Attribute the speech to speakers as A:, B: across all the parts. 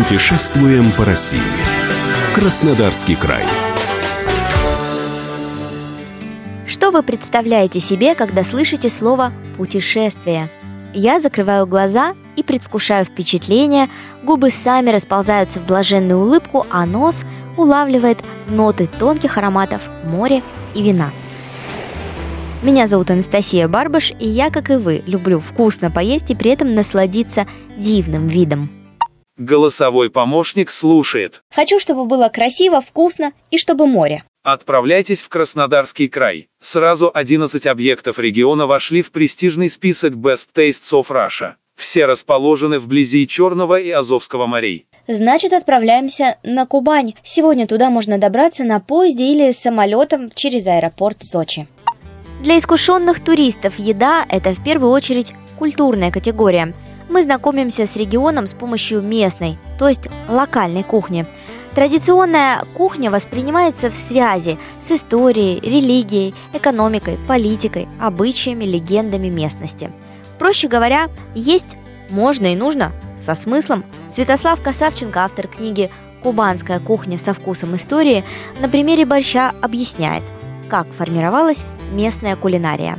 A: Путешествуем по России. Краснодарский край.
B: Что вы представляете себе, когда слышите слово «путешествие»? Я закрываю глаза и предвкушаю впечатление, губы сами расползаются в блаженную улыбку, а нос улавливает ноты тонких ароматов моря и вина. Меня зовут Анастасия Барбаш, и я, как и вы, люблю вкусно поесть и при этом насладиться дивным видом.
C: Голосовой помощник слушает.
B: Хочу, чтобы было красиво, вкусно и чтобы море.
C: Отправляйтесь в Краснодарский край. Сразу 11 объектов региона вошли в престижный список Best Tastes of Russia. Все расположены вблизи Черного и Азовского морей.
B: Значит, отправляемся на Кубань. Сегодня туда можно добраться на поезде или самолетом через аэропорт Сочи. Для искушенных туристов еда – это в первую очередь культурная категория. Мы знакомимся с регионом с помощью местной, то есть локальной кухни. Традиционная кухня воспринимается в связи с историей, религией, экономикой, политикой, обычаями, легендами местности. Проще говоря, есть можно и нужно со смыслом. Святослав Касавченко, автор книги «Кубанская кухня со вкусом истории», на примере борща объясняет, как формировалась местная кулинария.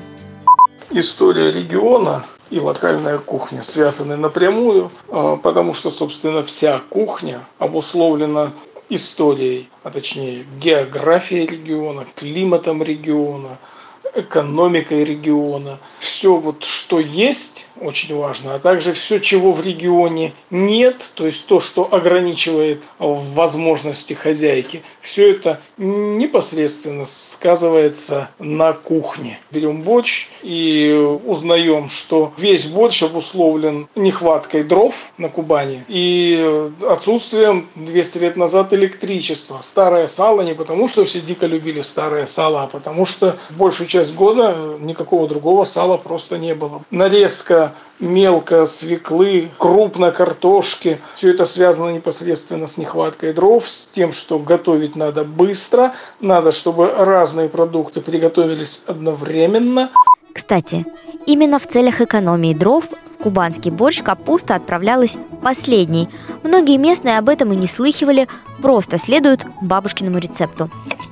D: История региона и локальная кухня связаны напрямую, потому что, собственно, вся кухня обусловлена историей, а точнее географией региона, климатом региона, экономикой региона. Все вот, что есть, очень важно, а также все, чего в регионе нет, то есть то, что ограничивает возможности хозяйки, все это непосредственно сказывается на кухне. Берем борщ и узнаем, что весь борщ обусловлен нехваткой дров на Кубани и отсутствием 200 лет назад электричества. Старое сало не потому, что все дико любили старое сало, а потому что большую часть года никакого другого сала просто не было. Нарезка мелко свеклы, крупно картошки. Все это связано непосредственно с нехваткой дров, с тем, что готовить надо быстро, надо, чтобы разные продукты приготовились одновременно.
B: Кстати, именно в целях экономии дров в кубанский борщ капуста отправлялась последней. Многие местные об этом и не слыхивали, просто следуют бабушкиному рецепту.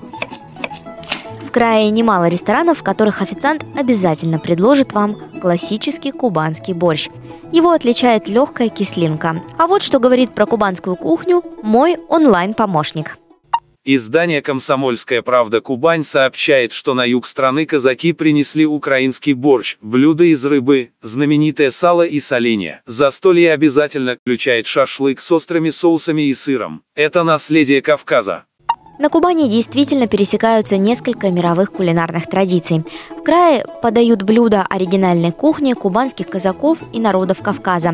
B: В крае немало ресторанов, в которых официант обязательно предложит вам классический кубанский борщ. Его отличает легкая кислинка. А вот что говорит про кубанскую кухню мой онлайн-помощник.
C: Издание «Комсомольская правда. Кубань» сообщает, что на юг страны казаки принесли украинский борщ, блюдо из рыбы, знаменитое сало и соленья. Застолье обязательно включает шашлык с острыми соусами и сыром. Это наследие Кавказа.
B: На Кубани действительно пересекаются несколько мировых кулинарных традиций. В крае подают блюда оригинальной кухни кубанских казаков и народов Кавказа.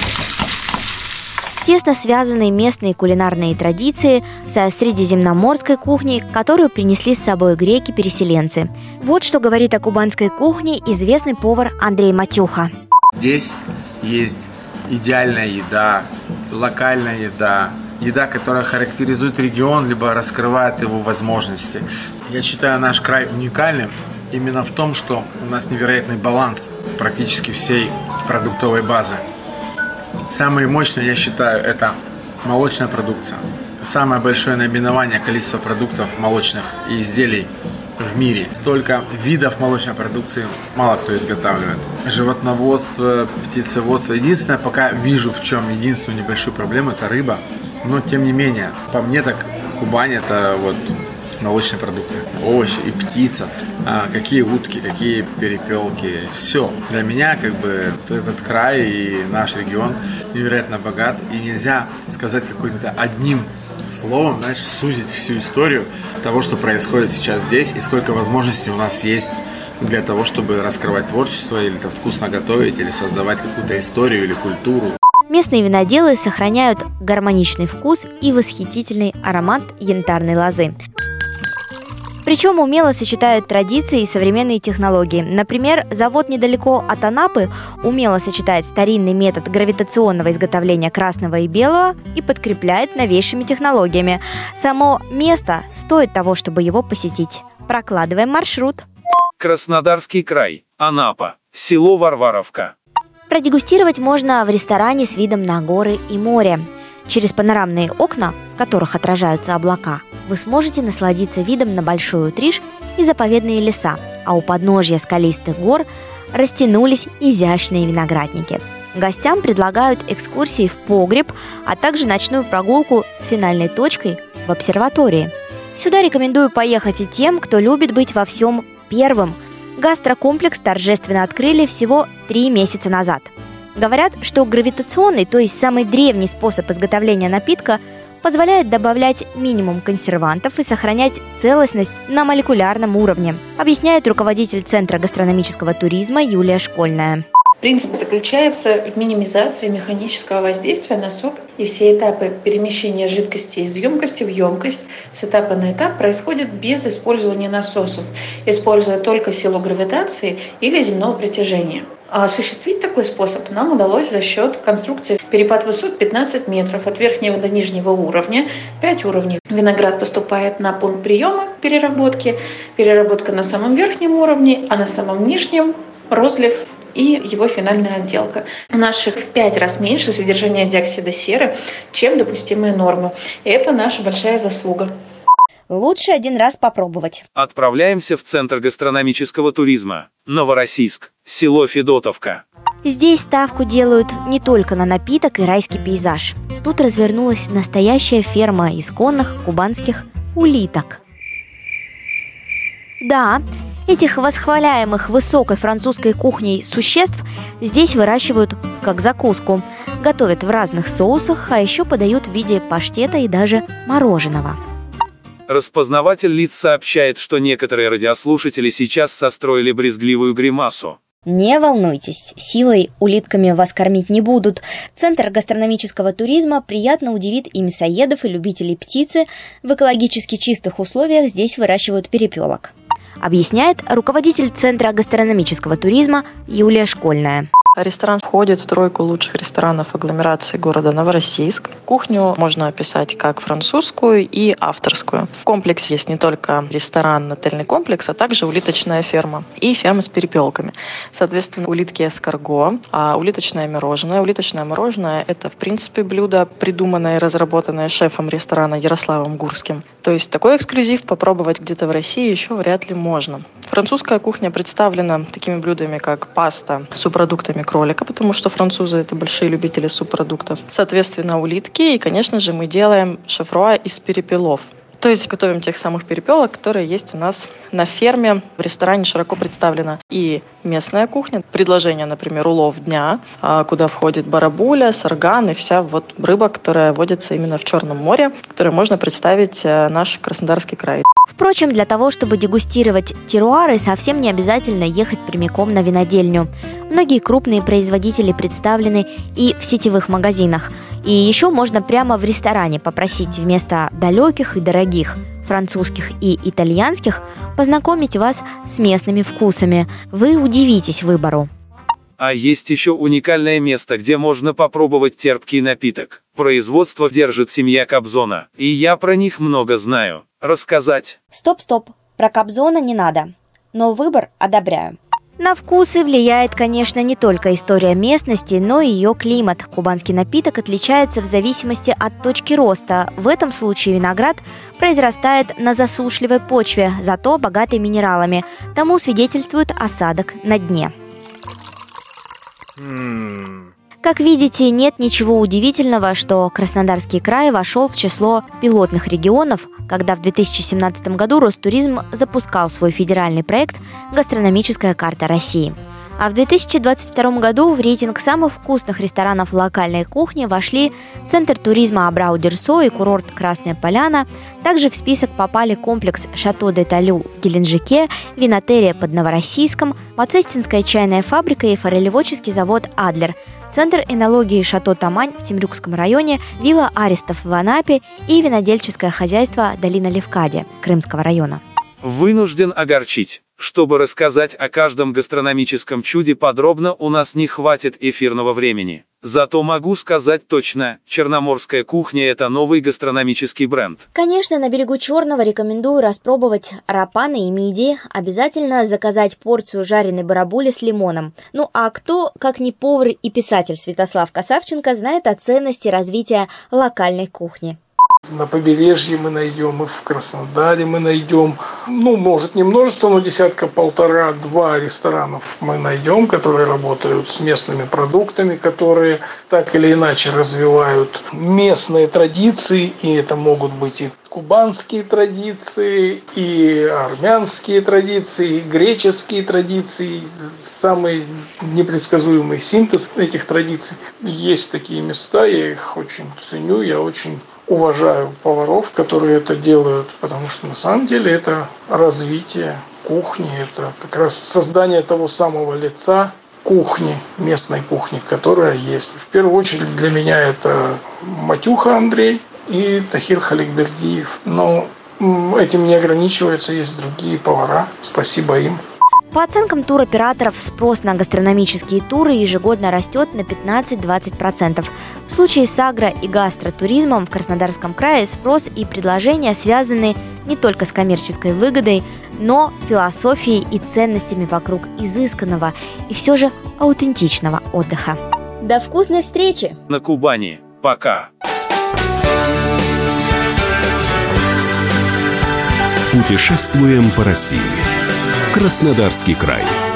B: Тесно связаны местные кулинарные традиции со средиземноморской кухней, которую принесли с собой греки-переселенцы. Вот что говорит о кубанской кухне известный повар Андрей Матюха.
E: Здесь есть идеальная еда, локальная еда, еда, которая характеризует регион, либо раскрывает его возможности. Я считаю наш край уникальным именно в том, что у нас невероятный баланс практически всей продуктовой базы. Самое мощное, я считаю, это молочная продукция. Самое большое наименование количества продуктов молочных и изделий в мире. Столько видов молочной продукции мало кто изготавливает. Животноводство, птицеводство. Единственное, пока вижу, в чем единственную небольшую проблему, это рыба. Но тем не менее, по мне так Кубань это вот молочные продукты, овощи и птица. Какие утки, какие перепелки. Все. Для меня как бы этот край и наш регион невероятно богат. И нельзя сказать каким-то одним словом, знаешь, сузить всю историю того, что происходит сейчас здесь и сколько возможностей у нас есть для того, чтобы раскрывать творчество или там вкусно готовить, или создавать какую-то историю или культуру.
B: Местные виноделы сохраняют гармоничный вкус и восхитительный аромат янтарной лозы. Причем умело сочетают традиции и современные технологии. Например, завод недалеко от Анапы умело сочетает старинный метод гравитационного изготовления красного и белого и подкрепляет новейшими технологиями. Само место стоит того, чтобы его посетить. Прокладываем маршрут.
C: Краснодарский край, Анапа, село Варваровка.
B: Продегустировать можно в ресторане с видом на горы и море. Через панорамные окна, в которых отражаются облака, вы сможете насладиться видом на Большой Утриш и заповедные леса, а у подножья скалистых гор растянулись изящные виноградники. Гостям предлагают экскурсии в погреб, а также ночную прогулку с финальной точкой в обсерватории. Сюда рекомендую поехать и тем, кто любит быть во всем первым. Гастрокомплекс торжественно открыли всего 3 месяца назад. Говорят, что гравитационный, то есть самый древний способ изготовления напитка, позволяет добавлять минимум консервантов и сохранять целостность на молекулярном уровне, объясняет руководитель Центра гастрономического туризма Юлия Школьная.
F: Принцип заключается в минимизации механического воздействия на сок, и все этапы перемещения жидкости из емкости в емкость с этапа на этап происходят без использования насосов, используя только силу гравитации или земного притяжения. А осуществить такой способ нам удалось за счет конструкции перепад высот 15 метров от верхнего до нижнего уровня, 5 уровней. Виноград поступает на пункт приема переработки, переработка на самом верхнем уровне, а на самом нижнем розлив и его финальная отделка. У наших в 5 раз меньше содержание диоксида серы, чем допустимые нормы. И это наша большая заслуга.
B: Лучше один раз попробовать.
C: Отправляемся в Центр гастрономического туризма. Новороссийск, село Федотовка.
B: Здесь ставку делают не только на напиток и райский пейзаж. Тут развернулась настоящая ферма исконных кубанских улиток. Да, этих восхваляемых высокой французской кухней существ здесь выращивают как закуску. Готовят в разных соусах, а еще подают в виде паштета и даже мороженого.
C: Распознаватель лиц сообщает, что некоторые радиослушатели сейчас состроили брезгливую гримасу.
B: Не волнуйтесь, силой улитками вас кормить не будут. Центр гастрономического туризма приятно удивит и мясоедов, и любителей птицы. В экологически чистых условиях здесь выращивают перепелок, объясняет руководитель Центра гастрономического туризма Юлия Школьная.
G: Ресторан входит в тройку лучших ресторанов агломерации города Новороссийск. Кухню можно описать как французскую и авторскую. В комплексе есть не только ресторан, отельный комплекс, а также улиточная ферма и ферма с перепелками. Соответственно, улитки эскарго, а улиточное мороженое. Улиточное мороженое – это, в принципе, блюдо, придуманное и разработанное шефом ресторана Ярославом Гурским. То есть такой эксклюзив попробовать где-то в России еще вряд ли можно. Французская кухня представлена такими блюдами, как паста с субпродуктами кролика, потому что французы – это большие любители субпродуктов. Соответственно, улитки. И, конечно же, мы делаем шефруа из перепелов. То есть готовим тех самых перепелок, которые есть у нас на ферме. В ресторане широко представлена и местная кухня. Предложение, например, улов дня, куда входит барабуля, сарган и вся вот рыба, которая водится именно в Черном море, которую можно представить наш Краснодарский край.
B: Впрочем, для того, чтобы дегустировать теруары, совсем не обязательно ехать прямиком на винодельню. Многие крупные производители представлены и в сетевых магазинах. И еще можно прямо в ресторане попросить вместо далеких и дорогих французских и итальянских познакомить вас с местными вкусами. Вы удивитесь выбору.
C: А есть еще уникальное место, где можно попробовать терпкий напиток. Производство держит семья Кобзона, и я про них много знаю. Рассказать?
B: Стоп, про Кобзона не надо, но выбор одобряю. На вкусы влияет, конечно, не только история местности, но и ее климат. Кубанский напиток отличается в зависимости от точки роста. В этом случае виноград произрастает на засушливой почве, зато богатой минералами. Тому свидетельствует осадок на дне. Как видите, нет ничего удивительного, что Краснодарский край вошел в число пилотных регионов, когда в 2017 году Ростуризм запускал свой федеральный проект «Гастрономическая карта России». А в 2022 году в рейтинг самых вкусных ресторанов локальной кухни вошли Центр туризма Абрау-Дюрсо и курорт Красная Поляна. Также в список попали комплекс «Шато де Талю» в Геленджике, винотерия под Новороссийском, Мацестинская чайная фабрика и форелеводческий завод «Адлер», Центр энологии «Шато Тамань» в Темрюкском районе, вилла «Аристов» в Анапе и винодельческое хозяйство «Долина Левкади» Крымского района.
C: Вынужден огорчить. Чтобы рассказать о каждом гастрономическом чуде подробно, у нас не хватит эфирного времени. Зато могу сказать точно, черноморская кухня – это новый гастрономический бренд.
B: Конечно, на берегу Черного рекомендую распробовать рапаны и мидии, обязательно заказать порцию жареной барабули с лимоном. Ну а кто, как не повар и писатель Святослав Касавченко, знает о ценности развития локальной кухни?
D: На побережье мы найдем, и в Краснодаре мы найдем, может не множество, но десятка, полтора-два ресторанов мы найдем, которые работают с местными продуктами, которые так или иначе развивают местные традиции, и это могут быть и кубанские традиции, и армянские традиции, и греческие традиции, самый непредсказуемый синтез этих традиций. Есть такие места, я их очень ценю, я очень уважаю поваров, которые это делают, потому что на самом деле это развитие кухни, это как раз создание того самого лица кухни, местной кухни, которая есть. В первую очередь для меня это Матюха Андрей и Тахир Халикбердиев. Но этим не ограничивается, есть другие повара. Спасибо им.
B: По оценкам туроператоров, спрос на гастрономические туры ежегодно растет на 15-20%. В случае с агро- и гастротуризмом в Краснодарском крае спрос и предложения связаны не только с коммерческой выгодой, но философией и ценностями вокруг изысканного и все же аутентичного отдыха. До вкусной встречи!
C: На Кубани. Пока!
A: Путешествуем по России. Краснодарский край.